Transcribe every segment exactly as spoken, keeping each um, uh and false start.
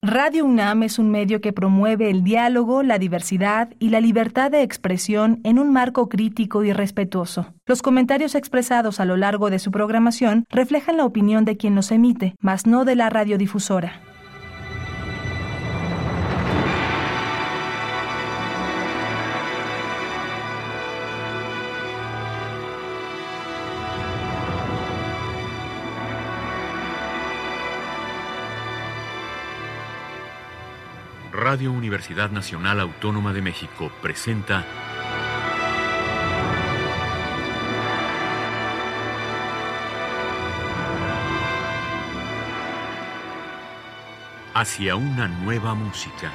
Radio UNAM es un medio que promueve el diálogo, la diversidad y la libertad de expresión en un marco crítico y respetuoso. Los comentarios expresados a lo largo de su programación reflejan la opinión de quien los emite, mas no de la radiodifusora. Radio Universidad Nacional Autónoma de México presenta Hacia una nueva música.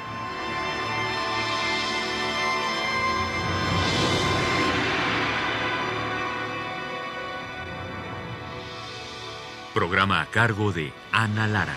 Programa a cargo de Ana Lara.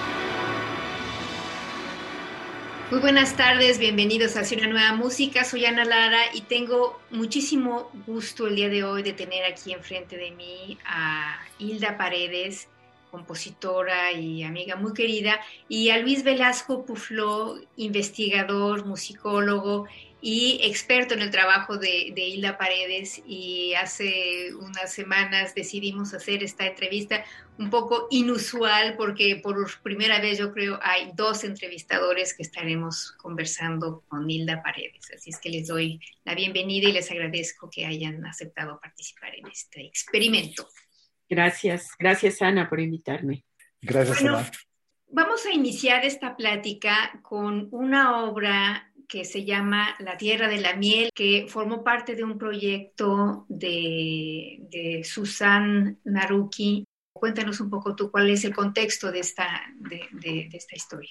Muy buenas tardes, bienvenidos a Hacia una nueva música. Soy Ana Lara y tengo muchísimo gusto el día de hoy de tener aquí enfrente de mí a Hilda Paredes, compositora y amiga muy querida, y a Luis Velasco Pufló, investigador, musicólogo y experto en el trabajo de, de Hilda Paredes. Y hace unas semanas decidimos hacer esta entrevista un poco inusual porque por primera vez yo creo hay dos entrevistadores que estaremos conversando con Hilda Paredes. Así es que les doy la bienvenida y les agradezco que hayan aceptado participar en este experimento. Gracias, gracias Ana por invitarme. Gracias, bueno, Ana. Vamos a iniciar esta plática con una obra que se llama La Tierra de la Miel, que formó parte de un proyecto de, de Susan Naruki. Cuéntanos un poco tú cuál es el contexto de esta, de, de, de esta historia.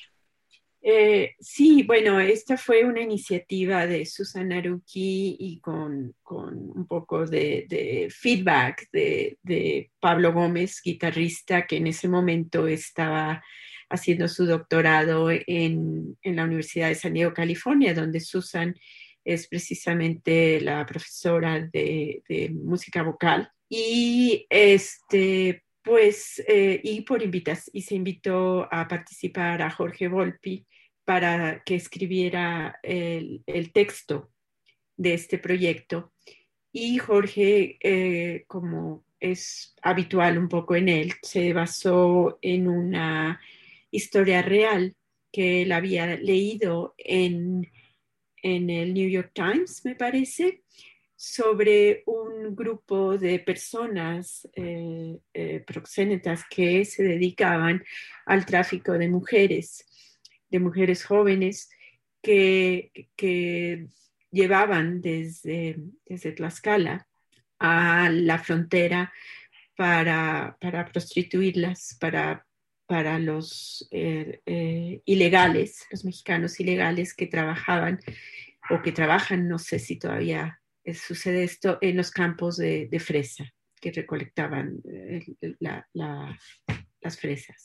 Eh, sí, bueno, esta fue una iniciativa de Susan Naruki y con, con un poco de, de feedback de, de Pablo Gómez, guitarrista, que en ese momento estaba haciendo su doctorado en, en la Universidad de San Diego, California, donde Susan es precisamente la profesora de, de música vocal. Y este... Pues, eh, y por invitas, y se invitó a participar a Jorge Volpi para que escribiera el, el texto de este proyecto. Y Jorge, eh, como es habitual un poco en él, se basó en una historia real que él había leído en, en el New York Times, me parece, sobre un grupo de personas eh, eh, proxénetas que se dedicaban al tráfico de mujeres, de mujeres jóvenes que, que llevaban desde, desde Tlaxcala a la frontera para, para prostituirlas, para, para los eh, eh, ilegales, los mexicanos ilegales que trabajaban o que trabajan, no sé si todavía sucede esto, en los campos de, de fresa, que recolectaban eh, la, la, las fresas.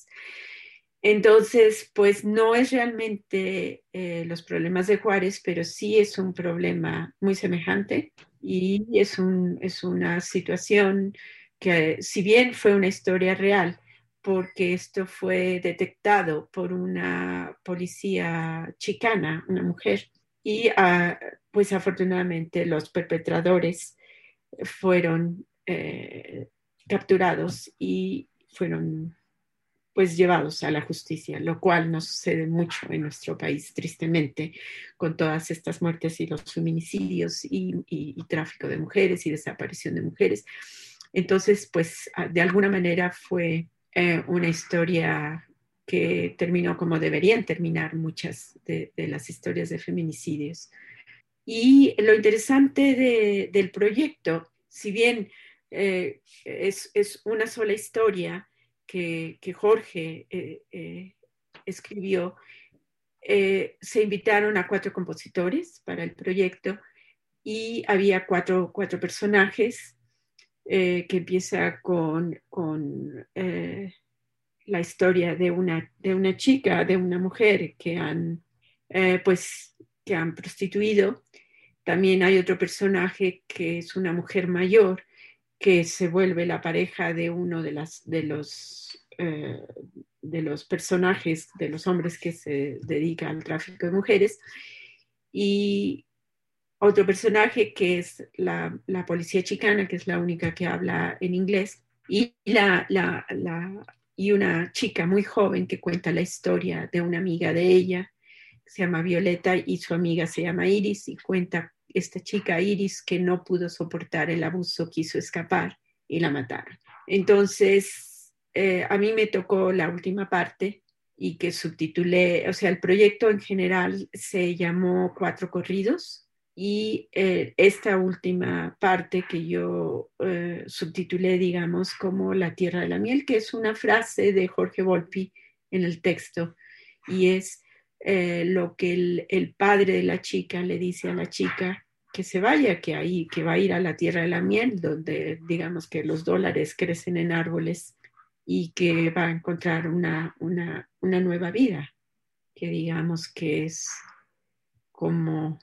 Entonces, pues no es realmente eh, los problemas de Juárez, pero sí es un problema muy semejante y es, un, es una situación que, si bien fue una historia real, porque esto fue detectado por una policía chicana, una mujer, y uh, pues afortunadamente los perpetradores fueron eh, capturados y fueron pues llevados a la justicia, lo cual no sucede mucho en nuestro país, tristemente, con todas estas muertes y los feminicidios y, y, y tráfico de mujeres y desaparición de mujeres. Entonces, pues de alguna manera fue eh, una historia que terminó como deberían terminar muchas de, de las historias de feminicidios. Y lo interesante de, del proyecto, si bien eh, es, es una sola historia que, que Jorge eh, eh, escribió, eh, se invitaron a cuatro compositores para el proyecto y había cuatro, cuatro personajes eh, que empieza con, con eh, la historia de una, de una chica, de una mujer que han, eh, pues, que han prostituido. También hay otro personaje que es una mujer mayor que se vuelve la pareja de uno de, las, de los, eh, de los personajes, de los hombres que se dedican al tráfico de mujeres. Y otro personaje que es la, la policía chicana, que es la única que habla en inglés, y, la, la, la, y una chica muy joven que cuenta la historia de una amiga de ella, que se llama Violeta, y su amiga se llama Iris, y cuenta esta chica Iris que no pudo soportar el abuso, quiso escapar y la mataron. Entonces, eh, a mí me tocó la última parte y que subtitulé, o sea, el proyecto en general se llamó Cuatro Corridos, y eh, esta última parte que yo eh, subtitulé, digamos, como La Tierra de la Miel, que es una frase de Jorge Volpi en el texto, y es eh, lo que el, el padre de la chica le dice a la chica que se vaya, que ahí, que va a ir a la Tierra de la Miel, donde digamos que los dólares crecen en árboles y que va a encontrar una, una, una nueva vida, que digamos que es como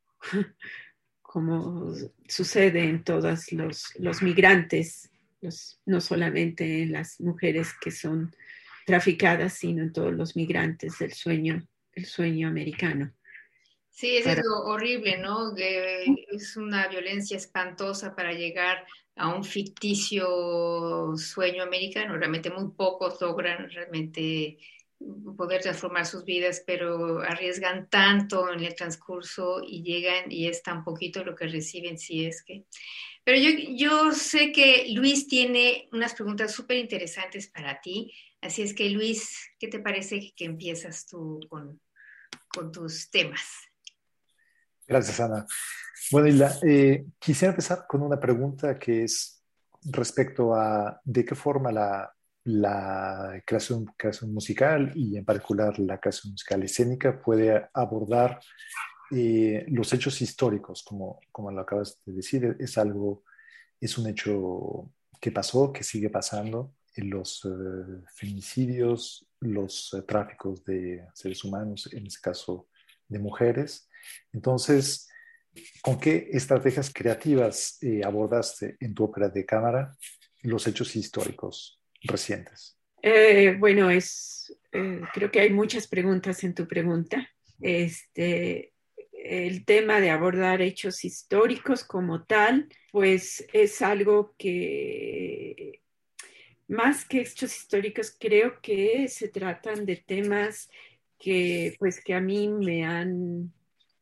como sucede en todos los, los migrantes, los, no solamente en las mujeres que son traficadas, sino en todos los migrantes del sueño, el sueño americano. Sí, eso Para... es lo horrible, ¿no? Que es una violencia espantosa para llegar a un ficticio sueño americano. Realmente muy pocos logran realmente poder transformar sus vidas, pero arriesgan tanto en el transcurso y llegan y es tan poquito lo que reciben, si es que... Pero yo, yo sé que Luis tiene unas preguntas súper interesantes para ti, así es que Luis, ¿qué te parece que empiezas tú con, con tus temas? Gracias, Ana. Bueno, Hilda, eh, quisiera empezar con una pregunta que es respecto a de qué forma la, la creación, creación musical y en particular la creación musical escénica puede abordar eh, los hechos históricos, como, como lo acabas de decir, es algo, es un hecho que pasó, que sigue pasando, en los eh, feminicidios, los eh, tráficos de seres humanos, en este caso de mujeres. Entonces, ¿con qué estrategias creativas eh, abordaste en tu ópera de cámara los hechos históricos recientes? Eh, bueno, es, eh, creo que hay muchas preguntas en tu pregunta. Este, el tema de abordar hechos históricos como tal, pues es algo que, más que hechos históricos, creo que se tratan de temas que, pues, que a mí me han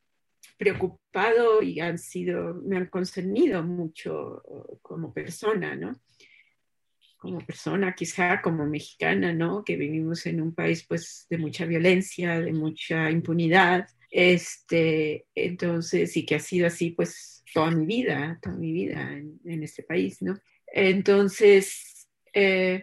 preocupado y han sido, me han concernido mucho como persona, ¿no? Como persona, quizá como mexicana, ¿no? Que vivimos en un país, pues, de mucha violencia, de mucha impunidad, este, entonces, y que ha sido así, pues, toda mi vida, toda mi vida en, en este país, ¿no? Entonces, eh,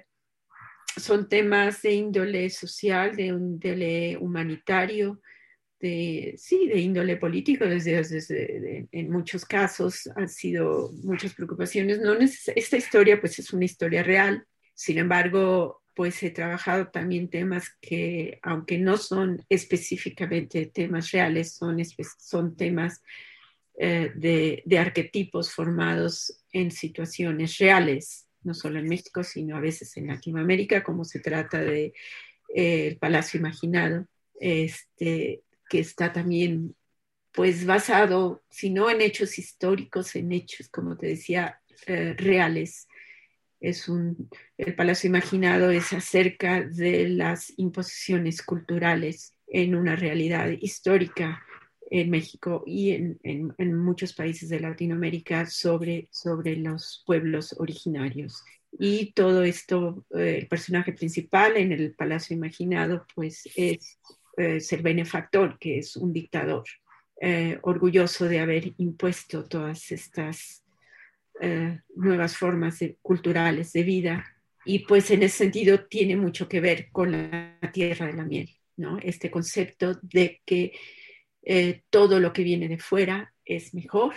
son temas de índole social, de índole humanitario, de, sí, de índole político, desde, desde de, en muchos casos han sido muchas preocupaciones. No neces- esta historia pues es una historia real, sin embargo, pues he trabajado también temas que, aunque no son específicamente temas reales, son, son temas eh, de, de arquetipos formados en situaciones reales, no solo en México, sino a veces en Latinoamérica, como se trata de eh, el Palacio Imaginado, este, que está también pues basado, si no en hechos históricos, en hechos, como te decía, eh, reales. Es un, el Palacio Imaginado es acerca de las imposiciones culturales en una realidad histórica en México y en, en, en muchos países de Latinoamérica sobre, sobre los pueblos originarios. Y todo esto, eh, el personaje principal en el Palacio Imaginado, pues es eh, ser benefactor, que es un dictador, eh, orgulloso de haber impuesto todas estas eh, nuevas formas de, culturales de vida. Y pues en ese sentido tiene mucho que ver con la tierra de la miel, ¿no? Este concepto de que eh, todo lo que viene de fuera es mejor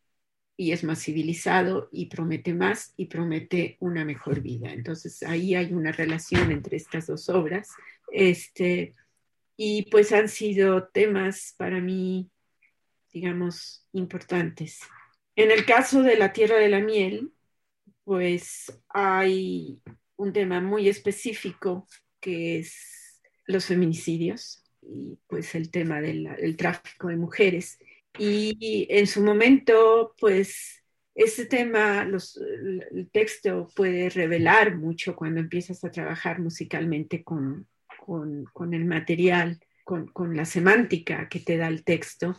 y es más civilizado y promete más y promete una mejor vida. Entonces ahí hay una relación entre estas dos obras. Este, y pues han sido temas para mí, digamos, importantes. En el caso de la tierra de la miel, pues hay un tema muy específico que es los feminicidios y pues el tema del, del tráfico de mujeres. Y en su momento, pues ese tema, los, el texto puede revelar mucho cuando empiezas a trabajar musicalmente con, con, con el material, con, con la semántica que te da el texto.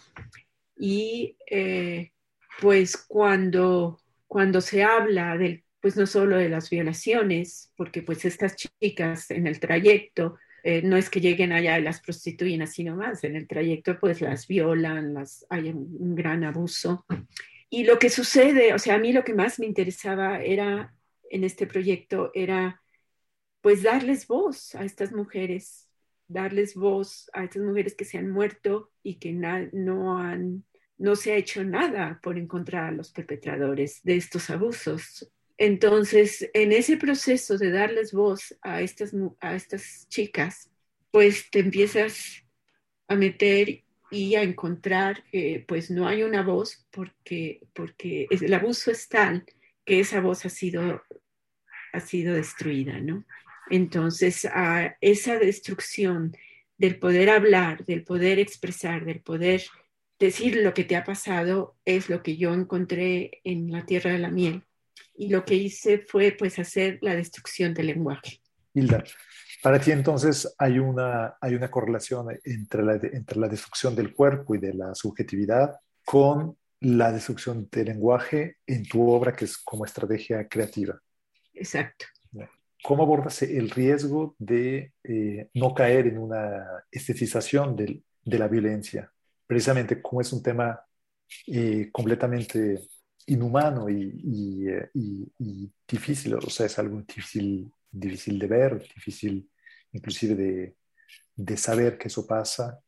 Y eh, pues cuando, cuando se habla del, pues no solo de las violaciones, porque pues estas chicas en el trayecto, eh, no es que lleguen allá y las prostituyen así nomás, en el trayecto pues las violan, las, hay un, un gran abuso. Y lo que sucede, o sea, a mí lo que más me interesaba era, en este proyecto, era pues darles voz a estas mujeres, darles voz a estas mujeres que se han muerto y que na- no han, no se ha hecho nada por encontrar a los perpetradores de estos abusos. Entonces, en ese proceso de darles voz a estas, a estas chicas, pues te empiezas a meter y a encontrar que pues no hay una voz porque, porque el abuso es tal que esa voz ha sido, ha sido destruida, ¿no? Entonces, a esa destrucción del poder hablar, del poder expresar, del poder decir lo que te ha pasado, es lo que yo encontré en La Tierra de la Miel. Y lo que hice fue pues hacer la destrucción del lenguaje. Hilda, para ti entonces hay una, hay una correlación entre la, entre la destrucción del cuerpo y de la subjetividad con la destrucción del lenguaje en tu obra, que es como estrategia creativa. Exacto. ¿Cómo abordas el riesgo de eh, no caer en una estetización del, de la violencia? Precisamente como es un tema eh, completamente inhumano y, y, eh, y, y difícil, o sea, es algo difícil, difícil de ver, difícil inclusive de, de saber que eso pasa.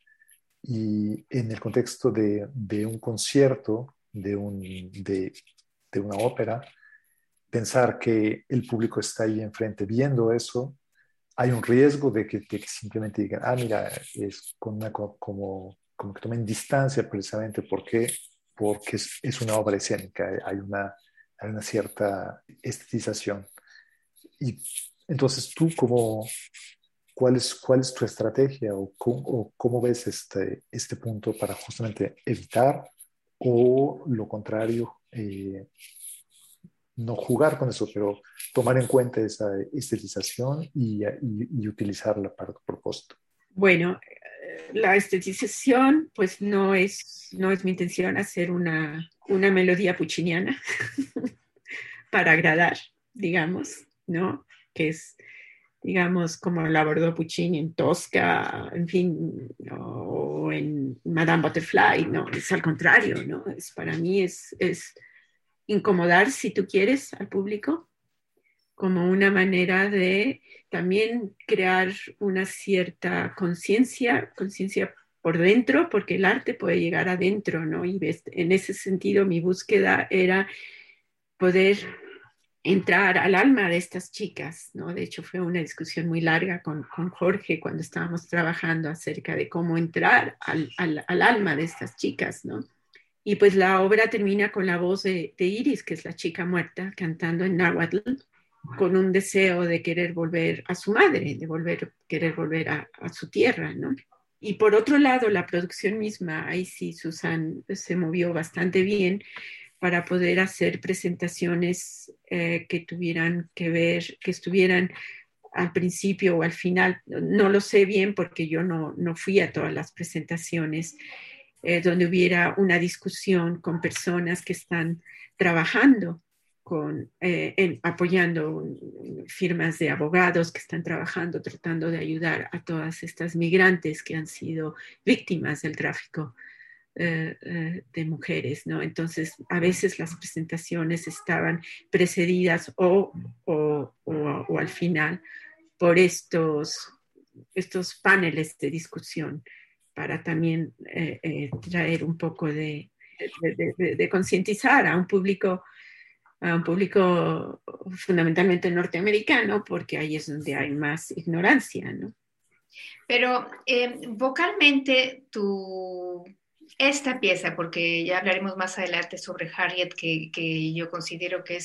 Y en el contexto de, de un concierto, de, un, de, de una ópera, pensar que el público está ahí enfrente viendo eso, hay un riesgo de que, de que simplemente digan, ah, mira, es con una, como, como que tomen distancia precisamente porque, porque es, es una obra escénica, hay una, hay una cierta estetización. Y entonces tú, como, ¿cuál es, cuál es tu estrategia o cómo, o cómo ves este, este punto para justamente evitar o lo contrario, eh, no jugar con eso, pero tomar en cuenta esa estetización y, y, y utilizarla para tu propósito? Bueno, la estetización, pues no es, no es mi intención hacer una, una melodía pucciniana para agradar, digamos, ¿no? Que es, digamos, como la abordó Puccini en Tosca, en fin, o en Madame Butterfly, no, es al contrario, ¿no? Es, para mí es, es incomodar, si tú quieres, al público, como una manera de también crear una cierta conciencia, conciencia por dentro, porque el arte puede llegar adentro, ¿no? Y en ese sentido mi búsqueda era poder entrar al alma de estas chicas, ¿no? De hecho fue una discusión muy larga con, con Jorge cuando estábamos trabajando acerca de cómo entrar al, al, al alma de estas chicas, ¿no? Y pues la obra termina con la voz de, de Iris, que es la chica muerta, cantando en náhuatl, con un deseo de querer volver a su madre, de volver, querer volver a, a su tierra, ¿no? Y por otro lado, la producción misma, ahí sí Susan se movió bastante bien para poder hacer presentaciones eh, que tuvieran que ver, que estuvieran al principio o al final, no lo sé bien porque yo no, no fui a todas las presentaciones, eh, donde hubiera una discusión con personas que están trabajando con, eh, en, apoyando firmas de abogados que están trabajando, tratando de ayudar a todas estas migrantes que han sido víctimas del tráfico eh, eh, de mujeres, ¿no? Entonces, a veces las presentaciones estaban precedidas o, o, o, o al final por estos, estos paneles de discusión para también eh, eh, traer un poco de, de, de, de concientizar a un público a un público fundamentalmente norteamericano, porque ahí es donde hay más ignorancia, ¿no? Pero eh, vocalmente tu, esta pieza, porque ya hablaremos más adelante sobre Harriet, que, que yo considero que es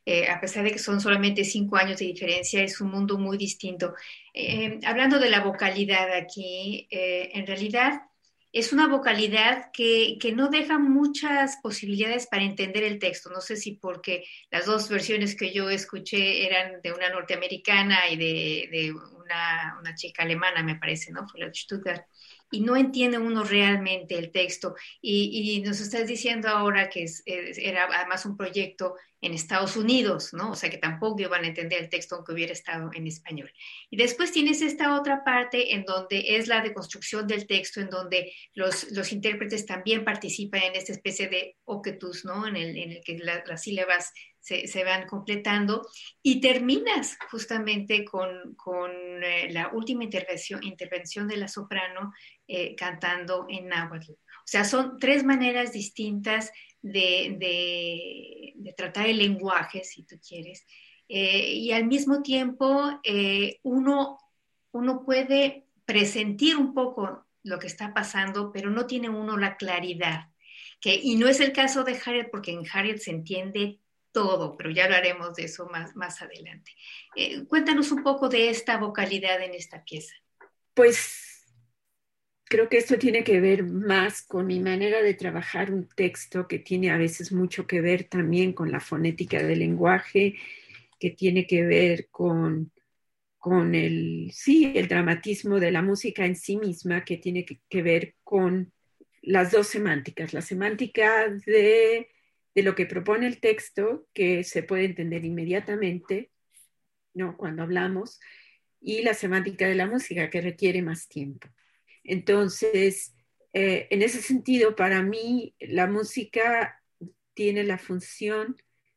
eh, a pesar de que son solamente cinco años de diferencia, es un mundo muy distinto. Eh, hablando de la vocalidad aquí, eh, en realidad es una vocalidad que, que no deja muchas posibilidades para entender el texto. No sé si porque las dos versiones que yo escuché eran de una norteamericana y de, de una, una chica alemana, me parece, ¿no? Fue la de Stuttgart. Y no entiende uno realmente el texto. Y, y nos estás diciendo ahora que es, es, era además un proyecto en Estados Unidos, ¿no? O sea que tampoco iban a entender el texto aunque hubiera estado en español. Y después tienes esta otra parte en donde es la deconstrucción del texto, en donde los, los intérpretes también participan en esta especie de oquetus, ¿no? En el, en el que la, las sílabas se, se, van completando, y terminas justamente con, con eh, la última intervención, intervención de la soprano eh, cantando en náhuatl. O sea, son tres maneras distintas de, de, de tratar el lenguaje, si tú quieres, eh, y al mismo tiempo eh, uno, uno puede presentir un poco lo que está pasando, pero no tiene uno la claridad. Que, y no es el caso de Harriet, porque en Harriet se entiende todo, pero ya hablaremos de eso más, más adelante. Eh, cuéntanos un poco de esta vocalidad en esta pieza. Pues creo que esto tiene que ver más con mi manera de trabajar un texto, que tiene a veces mucho que ver también con la fonética del lenguaje, que tiene que ver con, con el, sí, el dramatismo de la música en sí misma, que tiene que, que ver con las dos semánticas, la semántica de, de lo que propone el texto, que se puede entender inmediatamente, ¿no? Cuando hablamos, y la semántica de la música, que requiere más tiempo. Entonces, eh, en ese sentido, para mí, la música tiene la función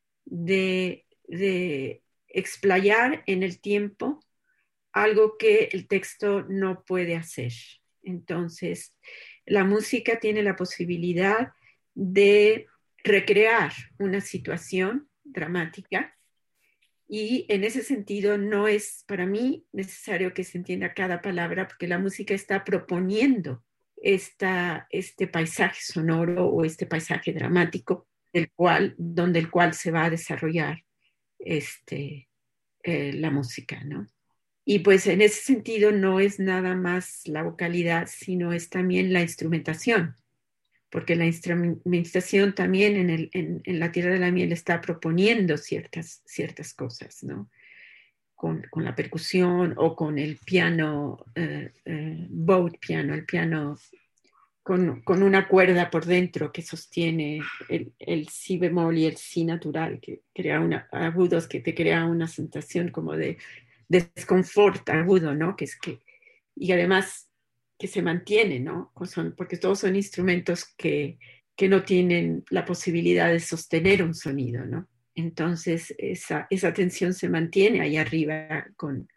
de, de explayar en el tiempo algo que el texto no puede hacer. Entonces, la música tiene la posibilidad de recrear una situación dramática, y en ese sentido no es para mí necesario que se entienda cada palabra, porque la música está proponiendo esta, este paisaje sonoro o este paisaje dramático del cual, donde el cual se va a desarrollar este, eh, la música, ¿no? Y pues en ese sentido no es nada más la vocalidad, sino es también la instrumentación, porque la instrumentación también en, el, en, en la Tierra de la Miel está proponiendo ciertas, ciertas cosas, ¿no? Con, con la percusión o con el piano, eh, eh, bowed piano, el piano con, con una cuerda por dentro que sostiene el, el si bemol y el si natural, que crea una, agudos, que te crea una sensación como de desconfort agudo, ¿no? Que es que, y además que se mantiene, ¿no? Son, porque todos son instrumentos que, que no tienen la posibilidad de sostener un sonido, ¿no? Entonces esa, esa tensión se mantiene ahí arriba con,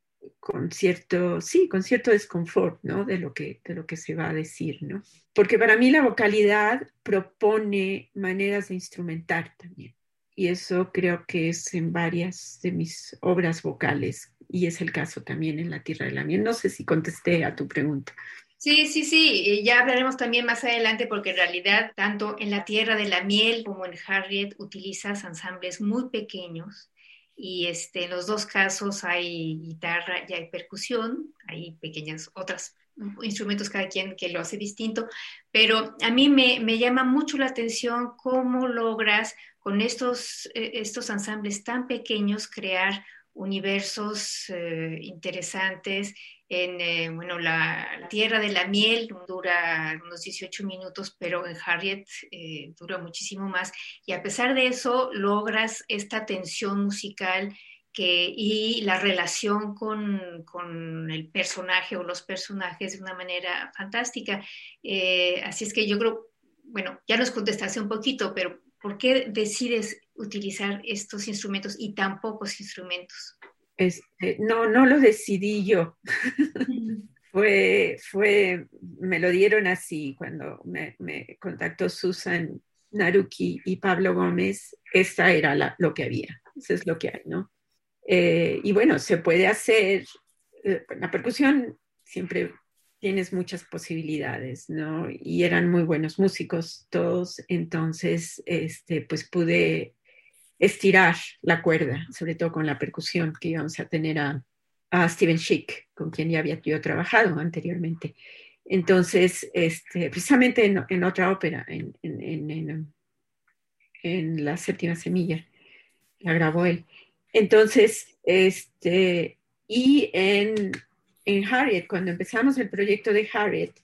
con cierto, sí, con cierto desconfort, ¿no? De lo que, de lo que se va a decir, ¿no? Porque para mí la vocalidad propone maneras de instrumentar también. Y eso creo que es en varias de mis obras vocales, y es el caso también en La Tierra de la Miel. No sé si contesté a tu pregunta. Sí, sí, sí, ya hablaremos también más adelante, porque en realidad tanto en La Tierra de la Miel como en Harriet utilizas ensambles muy pequeños, y este, en los dos casos hay guitarra y hay percusión, hay pequeñas otras instrumentos cada quien que lo hace distinto, pero a mí me, me llama mucho la atención cómo logras con estos, eh, estos ensambles tan pequeños crear universos eh, interesantes. En eh, bueno, la, la Tierra de la Miel dura unos dieciocho minutos, pero en Harriet eh, dura muchísimo más, y a pesar de eso logras esta tensión musical que, y la relación con, con el personaje o los personajes de una manera fantástica. Eh, así es que yo creo, bueno, ya nos contestaste un poquito, pero ¿por qué decides utilizar estos instrumentos y tan pocos instrumentos? Este, no, no lo decidí yo. fue, fue, me lo dieron así cuando me, me contactó Susan Naruki y Pablo Gómez. Esta era la, lo que había, eso es lo que hay, ¿no? Eh, y bueno, se puede hacer, eh, la percusión siempre tienes muchas posibilidades, ¿no? Y eran muy buenos músicos todos, entonces, este, pues pude estirar la cuerda, sobre todo con la percusión, que íbamos a tener a, a Steven Schick, con quien ya había yo trabajado anteriormente. Entonces, este, precisamente en, en otra ópera, en, en, en, en, en La Séptima Semilla, la grabó él. Entonces, este, y en, en Harriet, cuando empezamos el proyecto de Harriet,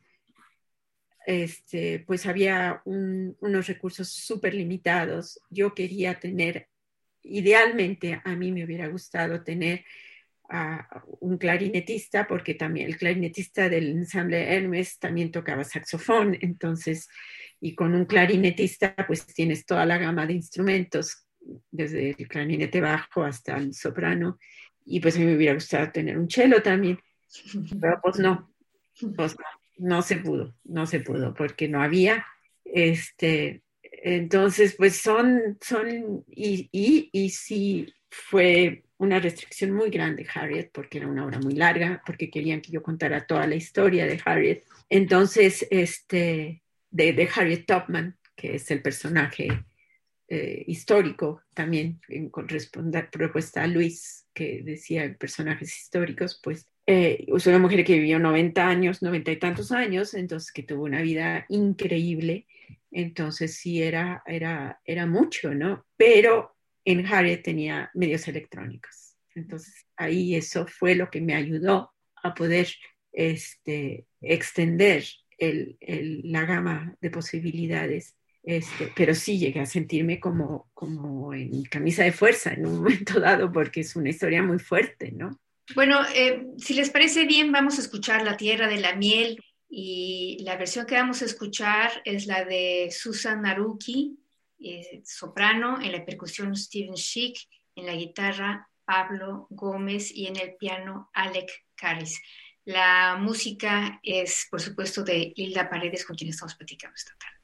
este, pues había un, unos recursos súper limitados. Yo quería tener, idealmente a mí me hubiera gustado tener a un clarinetista, porque también el clarinetista del ensamble Hermes también tocaba saxofón, entonces, y con un clarinetista pues tienes toda la gama de instrumentos, desde el clarinete bajo hasta el soprano, y pues a mí me hubiera gustado tener un cello también, pero pues no, pues no, no se pudo, no se pudo, porque no había, este, entonces pues son, son, y, y, y sí fue una restricción muy grande Harriet, porque era una obra muy larga, porque querían que yo contara toda la historia de Harriet. Entonces, este, de, de Harriet Tubman, que es el personaje eh, histórico también, en propuesta a Luis, que decía personajes históricos, pues eh, es una mujer que vivió noventa años, noventa y tantos años, entonces que tuvo una vida increíble, entonces sí era, era, era mucho, ¿no? Pero en Harriet tenía medios electrónicos. Entonces, ahí eso fue lo que me ayudó a poder este, extender el, el, la gama de posibilidades. Este, pero sí llegué a sentirme como, como en camisa de fuerza en un momento dado, porque es una historia muy fuerte, ¿no? Bueno, eh, si les parece bien, vamos a escuchar La Tierra de la Miel, y la versión que vamos a escuchar es la de Susan Naruki, Eh, soprano, en la percusión Steven Schick, en la guitarra Pablo Gómez y en el piano Alec Carris. La música es, por supuesto, de Hilda Paredes, con quien estamos platicando esta tarde.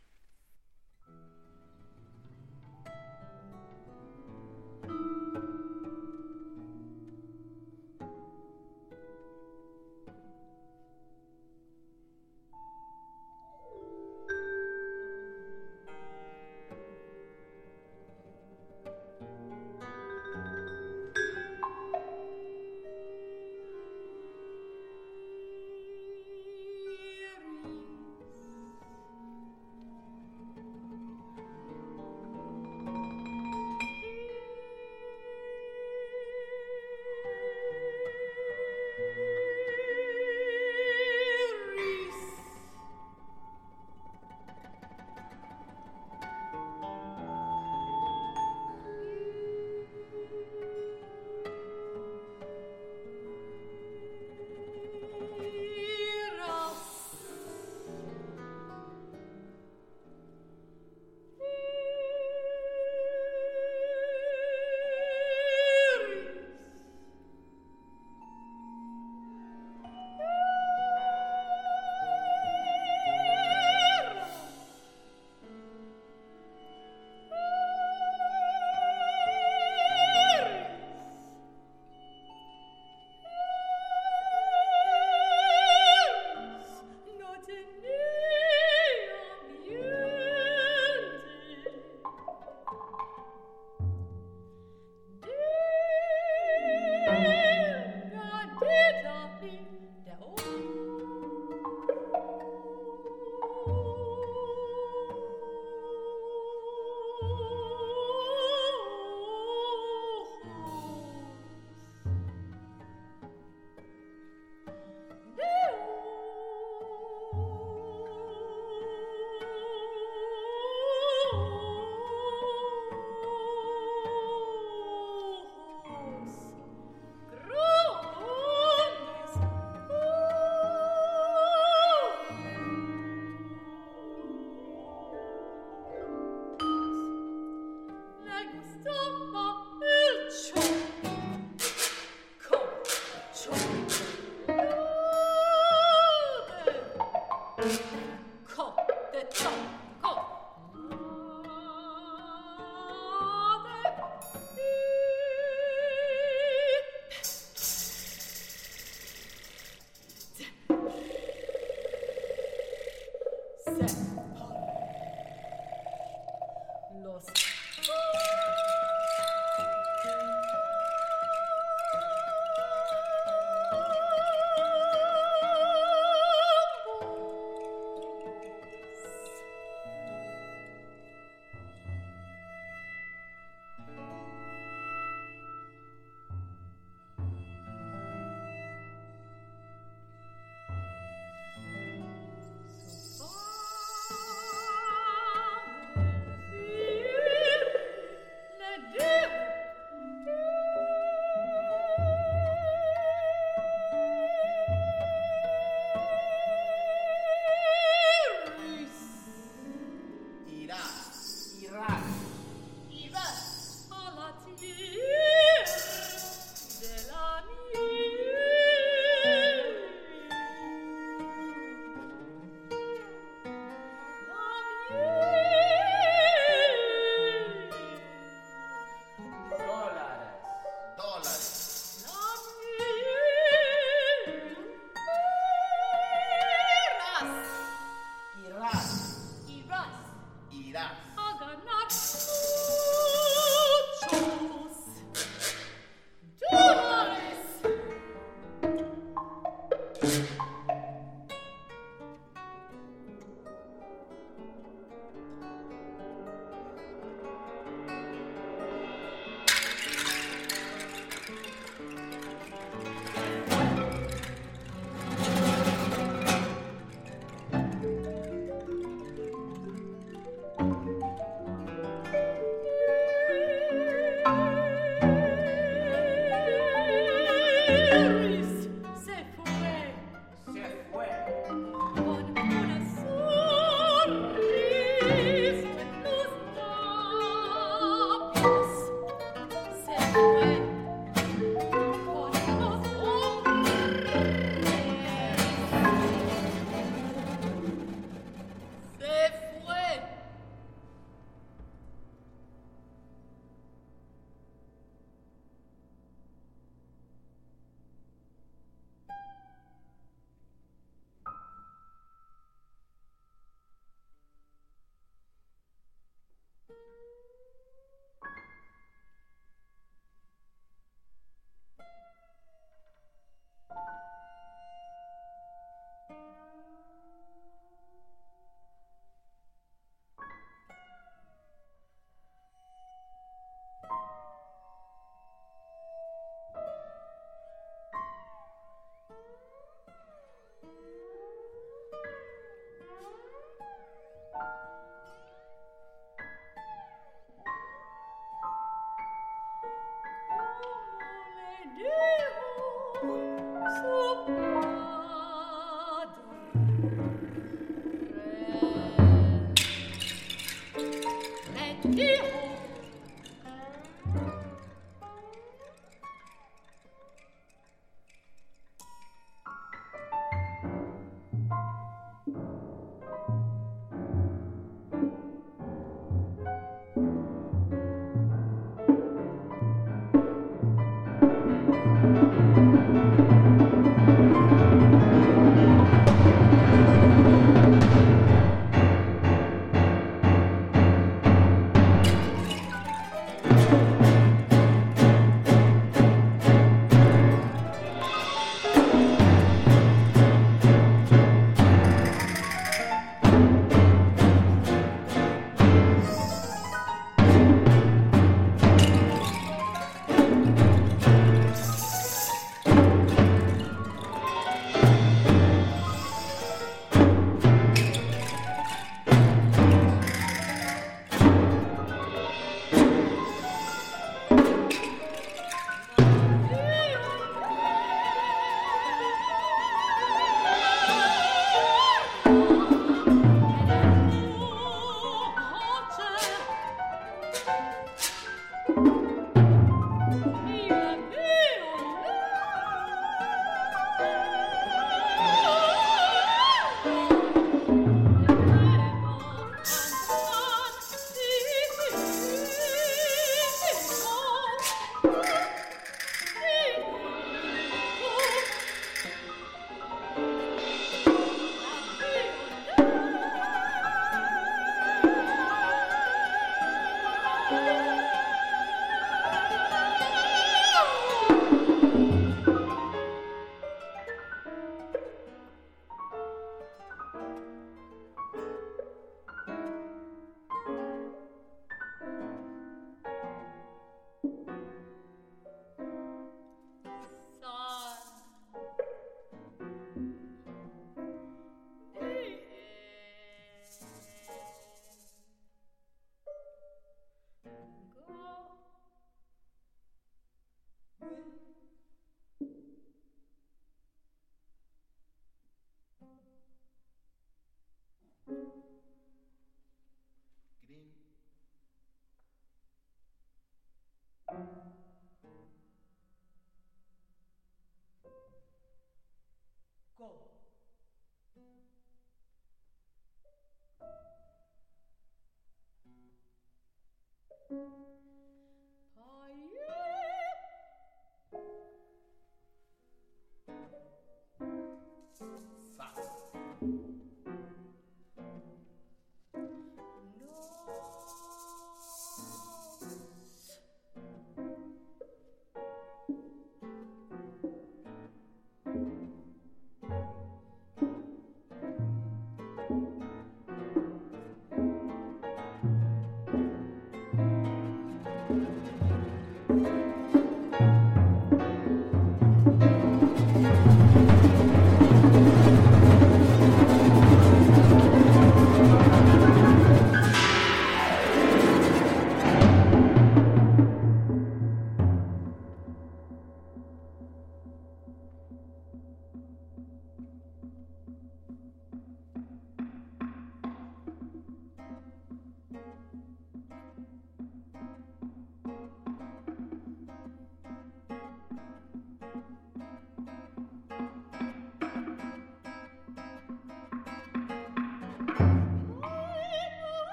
irás, irás, irás a ganar muchos dólares.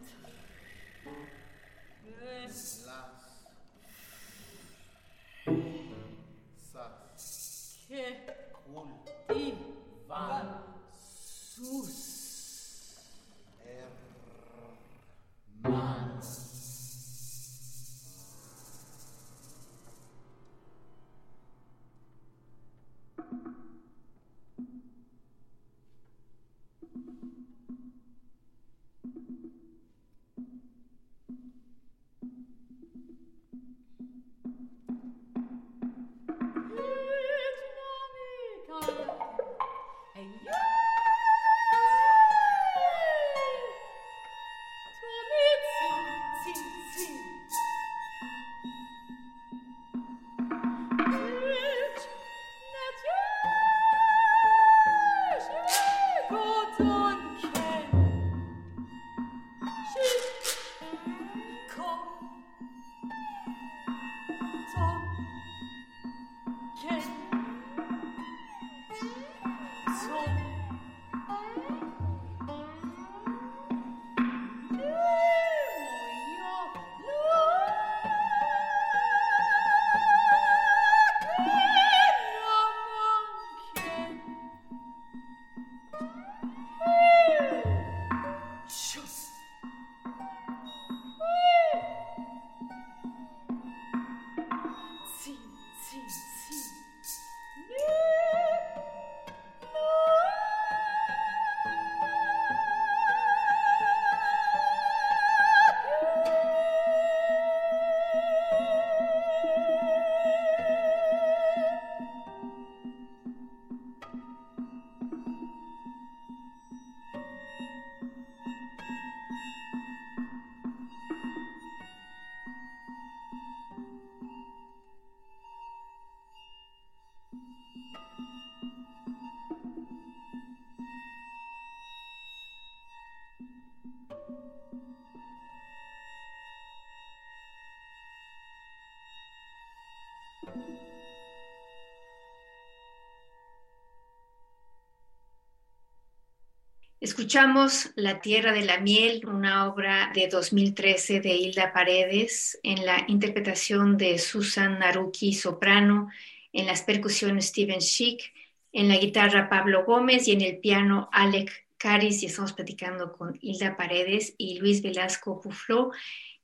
Escuchamos La Tierra de la Miel, una obra de dos mil trece de Hilda Paredes, en la interpretación de Susan Naruki, soprano, en las percusiones Steven Schick, en la guitarra Pablo Gómez y en el piano Alec Caris. Y estamos platicando con Hilda Paredes y Luis Velasco Pufló.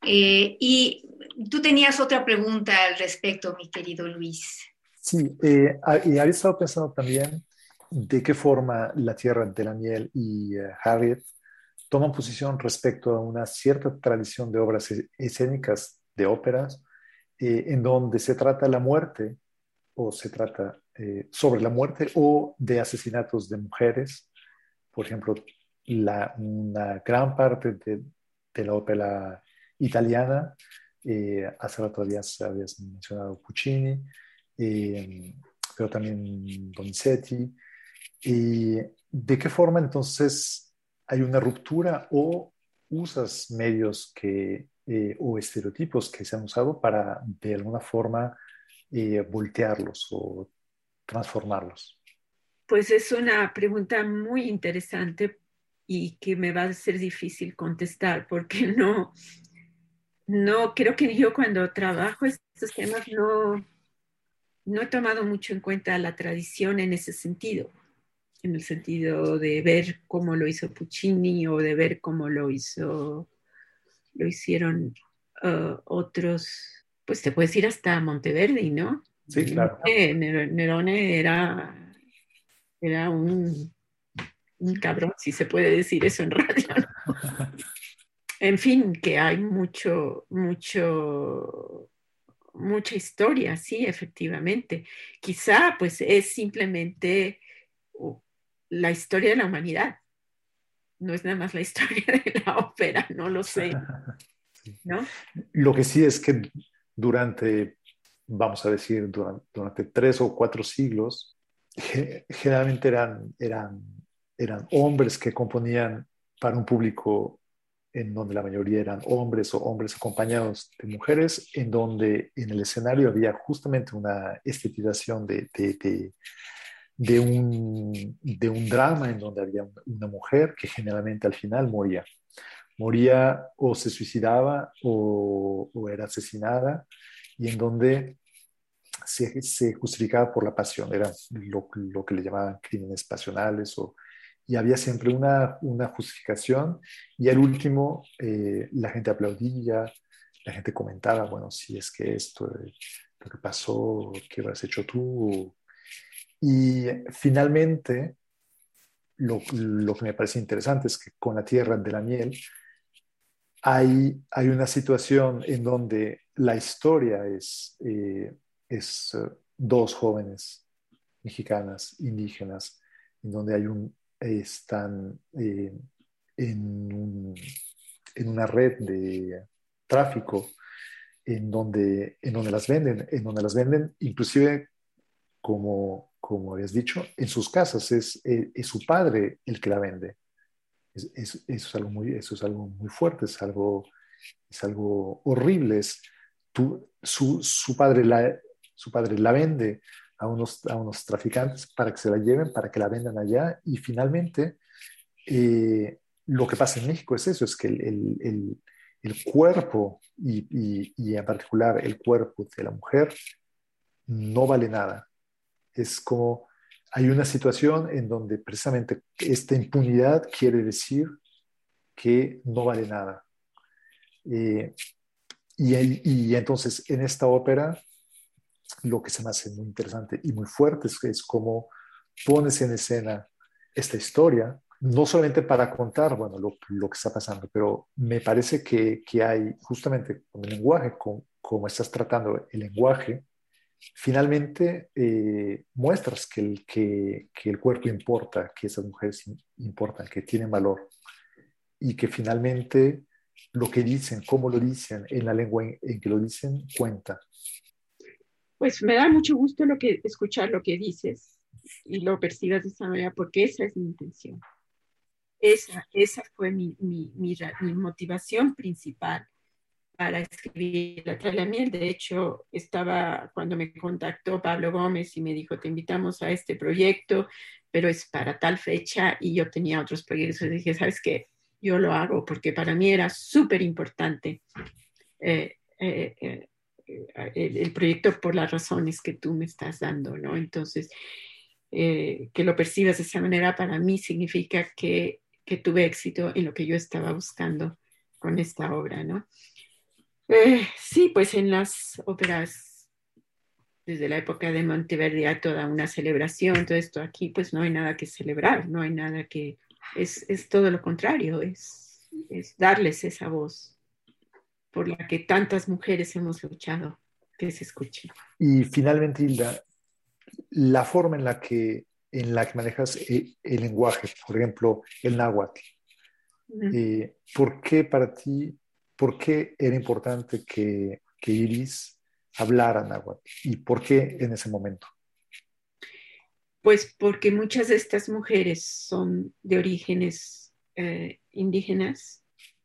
Eh, y tú tenías otra pregunta al respecto, mi querido Luis. Sí, eh, y había estado pensando también de qué forma La Tierra de la Miel y uh, Harriet toman posición respecto a una cierta tradición de obras escénicas, de óperas, eh, en donde se trata la muerte o se trata eh, sobre la muerte o de asesinatos de mujeres. Por ejemplo, la, una gran parte de, de la ópera italiana, eh, hace rato habías, habías mencionado Puccini, eh, pero también Donizetti. ¿Y de qué forma entonces hay una ruptura o usas medios que, eh, o estereotipos que se han usado para de alguna forma eh, voltearlos o transformarlos? Pues es una pregunta muy interesante y que me va a ser difícil contestar porque no, no creo que yo cuando trabajo estos temas no, no he tomado mucho en cuenta la tradición en ese sentido. En el sentido de ver cómo lo hizo Puccini o de ver cómo lo hizo, lo hicieron uh, otros, pues te puedes ir hasta Monteverdi, ¿no? Sí, claro. Nerone, Nerone era, era un, un cabrón, si se puede decir eso en radio, ¿no? En fin, que hay mucho, mucho, mucha historia, sí, efectivamente. Quizá pues es simplemente la historia de la humanidad. No es nada más la historia de la ópera, no lo sé. ¿No? Lo que sí es que durante, vamos a decir, durante, durante tres o cuatro siglos, generalmente eran, eran, eran hombres que componían para un público en donde la mayoría eran hombres o hombres acompañados de mujeres, en donde en el escenario había justamente una estetización de, de, de De un, de un drama en donde había una mujer que generalmente al final moría. moría o se suicidaba o, o era asesinada, y en donde se, se justificaba por la pasión, era lo, lo que le llamaban crímenes pasionales, o, y había siempre una, una justificación, y al último eh, la gente aplaudía, la gente comentaba, bueno, si es que esto, eh, lo que pasó, ¿qué habrás hecho tú? Y finalmente, lo, lo que me parece interesante es que con la tierra de la miel hay, hay una situación en donde la historia es, eh, es eh, dos jóvenes mexicanas, indígenas, en donde hay un, están eh, en, un, en una red de tráfico en donde, en donde las venden, en donde las venden inclusive como, como habías dicho, en sus casas, es, es, es su padre el que la vende. Es, es, eso, es algo muy, eso es algo muy fuerte, es algo, es algo horrible. Es, tú, su, su, padre la, su padre la vende a unos, a unos traficantes para que se la lleven, para que la vendan allá, y finalmente eh, lo que pasa en México es eso, es que el, el, el, el cuerpo y, y, y en particular el cuerpo de la mujer no vale nada. Es como hay una situación en donde precisamente esta impunidad quiere decir que no vale nada. Eh, y, y, entonces en esta ópera lo que se me hace muy interesante y muy fuerte es, es cómo pones en escena esta historia, no solamente para contar, bueno, lo, lo que está pasando, pero me parece que, que hay justamente con el lenguaje, con cómo estás tratando el lenguaje, finalmente eh, muestras que el, que, que el cuerpo importa, que esas mujeres importan, que tienen valor, y que finalmente lo que dicen, cómo lo dicen, en la lengua en, en que lo dicen, cuenta. Pues me da mucho gusto lo que, escuchar lo que dices y lo percibas de esa manera, porque esa es mi intención. Esa, esa fue mi, mi, mi, mi motivación principal para escribir La Tras la Miel. De hecho, estaba cuando me contactó Pablo Gómez y me dijo, te invitamos a este proyecto, pero es para tal fecha, y yo tenía otros proyectos. Y dije, ¿sabes qué? Yo lo hago porque para mí era súper importante eh, eh, eh, el, el proyecto por las razones que tú me estás dando, ¿no? Entonces, eh, que lo percibas de esa manera para mí significa que, que tuve éxito en lo que yo estaba buscando con esta obra, ¿no? Eh, sí, pues en las óperas desde la época de Monteverdi hay toda una celebración, todo esto aquí pues no hay nada que celebrar, no hay nada que, es, es todo lo contrario, es, es darles esa voz por la que tantas mujeres hemos luchado, que se escuche. Y finalmente, Hilda, la forma en la que, en la que manejas el, el lenguaje, por ejemplo, el náhuatl, uh-huh. eh, ¿por qué para ti, por qué era importante que, que Iris hablara náhuatl? ¿Y por qué en ese momento? Pues porque muchas de estas mujeres son de orígenes eh, indígenas,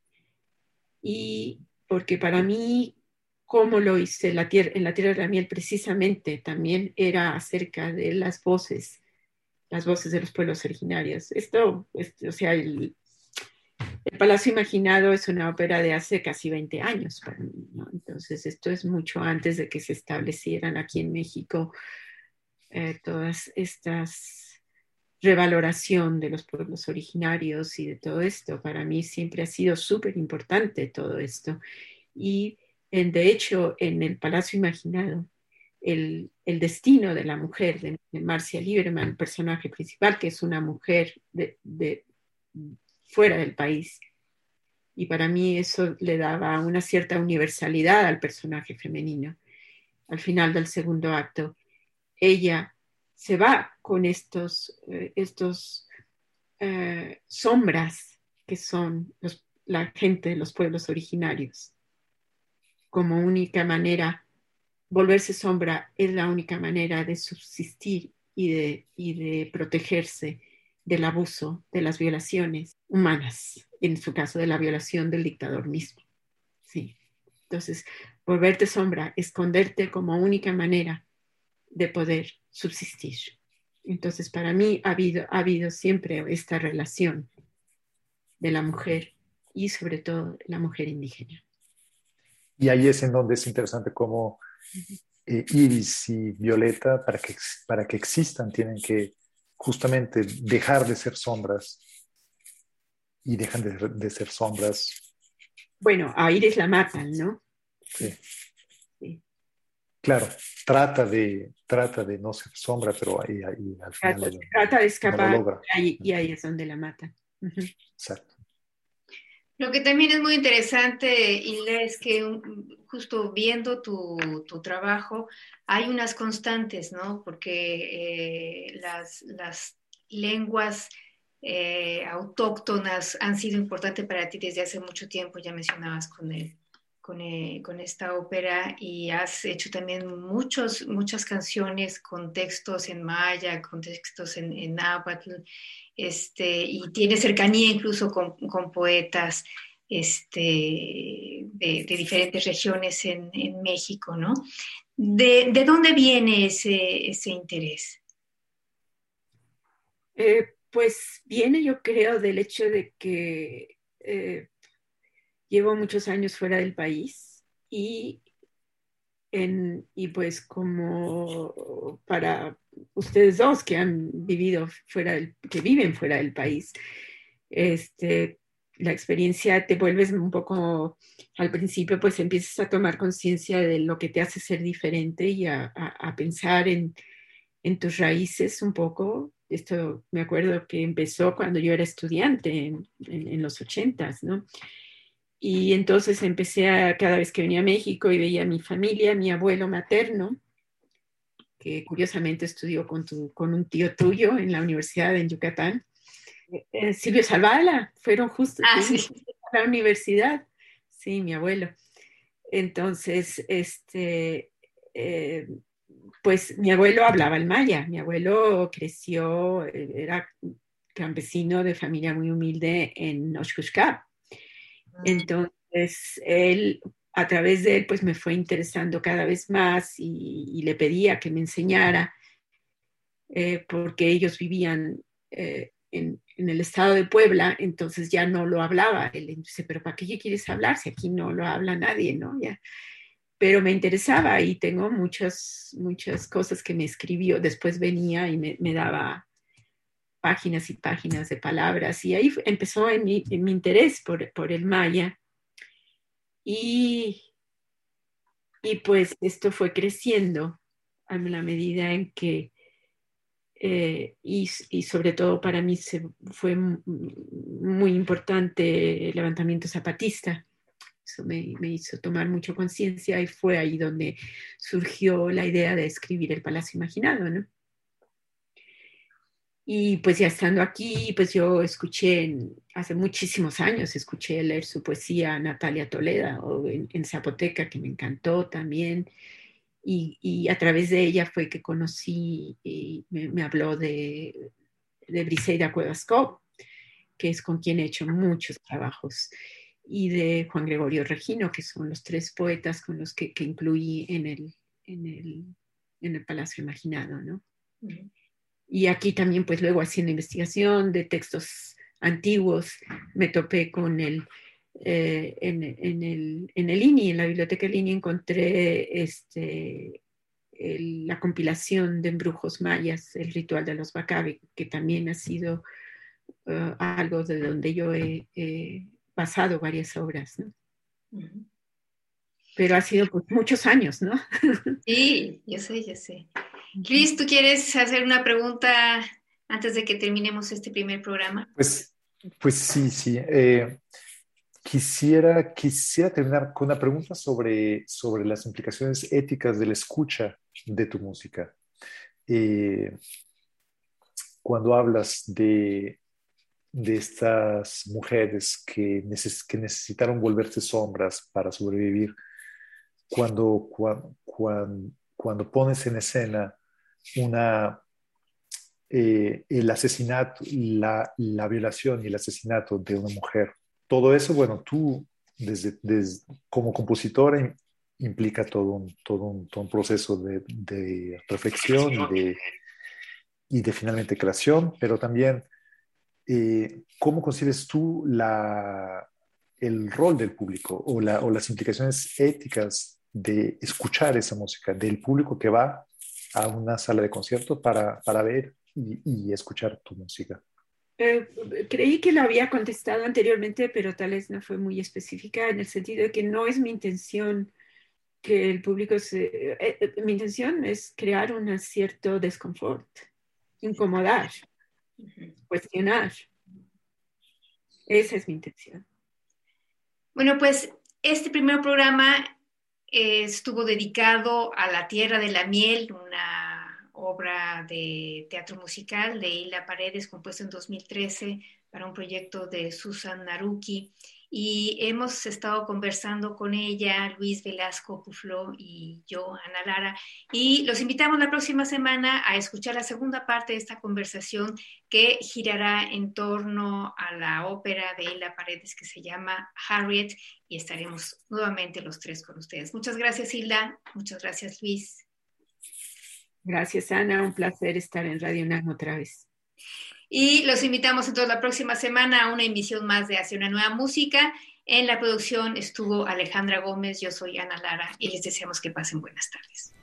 y porque para mí, como lo hice la tierra, en La Tierra de la Miel, precisamente también era acerca de las voces, las voces de los pueblos originarios. Esto, esto o sea, el, el Palacio Imaginado es una ópera de hace casi veinte años para mí, ¿no? Entonces, esto es mucho antes de que se establecieran aquí en México eh, todas estas revaloración de los pueblos originarios y de todo esto. Para mí siempre ha sido súper importante todo esto. Y en, de hecho, en el Palacio Imaginado, el, el destino de la mujer, de, de Marcia Lieberman, el personaje principal, que es una mujer de, de, fuera del país. Y para mí eso le daba una cierta universalidad al personaje femenino. Al final del segundo acto, ella se va con estos, eh, estos eh, sombras que son los, la gente de los pueblos originarios. Como única manera, volverse sombra es la única manera de subsistir y de, y de protegerse del abuso, de las violaciones humanas, en su caso de la violación del dictador mismo. Sí. Entonces, volverte sombra, esconderte como única manera de poder subsistir. Entonces, para mí ha habido, ha habido siempre esta relación de la mujer y sobre todo la mujer indígena. Y ahí es en donde es interesante cómo eh, Iris y Violeta, para que, para que existan, tienen que justamente dejar de ser sombras y dejan de, de ser sombras. Bueno, a Iris la matan, ¿no? Sí. Sí. Claro, trata de, trata de no ser sombra, pero ahí, ahí al final Trata, no, trata de no lo escapar logra. y ahí, y ahí es donde la matan. Uh-huh. Exacto. Lo que también es muy interesante, Hilda, es que um, justo viendo tu, tu trabajo, hay unas constantes, ¿no? Porque eh, las, las lenguas eh, autóctonas han sido importantes para ti desde hace mucho tiempo, ya mencionabas con el, con, el, con esta ópera, y has hecho también muchos, muchas canciones con textos en maya, con textos en, en náhuatl. Este, y tiene cercanía incluso con, con poetas este, de, de, diferentes regiones en, en México, ¿no? ¿De, de dónde viene ese, ese interés? Eh, pues viene, yo creo, del hecho de que eh, llevo muchos años fuera del país y, en, y pues como para ustedes dos que han vivido fuera del, que viven fuera del país, este, la experiencia te vuelves un poco, al principio pues empiezas a tomar conciencia de lo que te hace ser diferente y a, a, a pensar en, en, tus raíces un poco. Esto me acuerdo que empezó cuando yo era estudiante en, en, en los ochentas, ¿no? Y entonces empecé a, cada vez que venía a México y veía a mi familia, mi abuelo materno, que curiosamente estudió con, tu, con un tío tuyo en la universidad en Yucatán, eh, Silvio Salvala, fueron justo ah, sí. a la universidad, sí, mi abuelo. Entonces, este, eh, pues mi abuelo hablaba el maya, mi abuelo creció, era campesino de familia muy humilde en Oshkoshka. Entonces, él, a través de él, pues me fue interesando cada vez más y, y le pedía que me enseñara, eh, porque ellos vivían eh, en, en, el estado de Puebla, entonces ya no lo hablaba. Él dice, pero ¿para qué ya quieres hablar si aquí no lo habla nadie, no? Ya. Pero me interesaba y tengo muchas, muchas cosas que me escribió. Después venía y me, me daba páginas y páginas de palabras y ahí empezó en mi, en mi interés por, por el maya. Y, y pues esto fue creciendo a la medida en que Eh, y, y, sobre todo para mí se, fue muy importante el levantamiento zapatista. Eso me, me hizo tomar mucha conciencia y fue ahí donde surgió la idea de escribir El Palacio Imaginado, ¿no? Y pues ya estando aquí, pues yo escuché, hace muchísimos años, escuché leer su poesía a Natalia Toledo o en, en zapoteca, que me encantó también. Y, y, a través de ella fue que conocí y me, me habló de, de Briseida Cuevasco, que es con quien he hecho muchos trabajos, y de Juan Gregorio Regino, que son los tres poetas con los que, que incluí en el, en, el, en el Palacio Imaginado, ¿no? Uh-huh. Y aquí también, pues luego haciendo investigación de textos antiguos, me topé con el Eh, en, en, el, en el I N I, en la biblioteca del I N I, encontré este, el, la compilación de embrujos mayas, el ritual de los Bacabe, que también ha sido uh, algo de donde yo he, he basado varias obras, ¿no? Uh-huh. Pero ha sido pues, muchos años, ¿no? Sí, yo sé, yo sé. Cris, ¿tú quieres hacer una pregunta antes de que terminemos este primer programa? Pues, pues sí, sí. Eh... Quisiera, quisiera terminar con una pregunta sobre, sobre las implicaciones éticas de la escucha de tu música. Eh, cuando hablas de, de estas mujeres que, neces que necesitaron volverse sombras para sobrevivir, cuando, cuando, cuando, cuando pones en escena una, eh, el asesinato, la, la violación y el asesinato de una mujer, todo eso, bueno, tú desde, desde, como compositora implica todo un, todo un, todo un proceso de, de reflexión y de, y de finalmente creación, pero también eh, cómo concibes tú la, el rol del público o, la, o las implicaciones éticas de escuchar esa música, del público que va a una sala de concierto para, para ver y, y escuchar tu música? Eh, creí que lo había contestado anteriormente, pero tal vez no fue muy específica en el sentido de que no es mi intención que el público se... Eh, eh, mi intención es crear un cierto desconfort, incomodar, uh-huh. cuestionar. Esa es mi intención. Bueno, pues este primer programa eh, estuvo dedicado a La Tierra de la Miel, una obra de teatro musical de Hilda Paredes, compuesta en dos mil trece para un proyecto de Susan Naruki. Y hemos estado conversando con ella, Luis Velasco Pufló y yo, Ana Lara, y los invitamos la próxima semana a escuchar la segunda parte de esta conversación que girará en torno a la ópera de Hilda Paredes que se llama Harriet, y estaremos nuevamente los tres con ustedes. Muchas gracias, Hilda. Muchas gracias, Luis. Gracias, Ana. Un placer estar en Radio UNAM otra vez. Y los invitamos entonces la próxima semana a una emisión más de Hacia una Nueva Música. En la producción estuvo Alejandra Gómez, yo soy Ana Lara y les deseamos que pasen buenas tardes.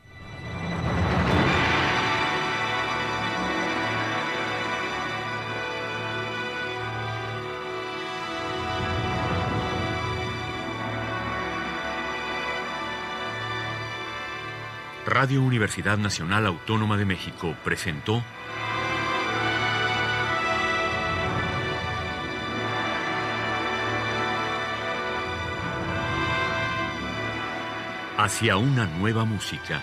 Radio Universidad Nacional Autónoma de México presentó Hacia una Nueva Música.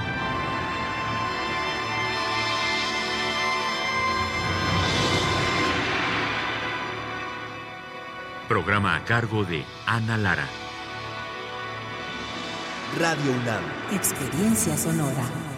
Programa a cargo de Ana Lara. Radio UNAM. Experiencia sonora.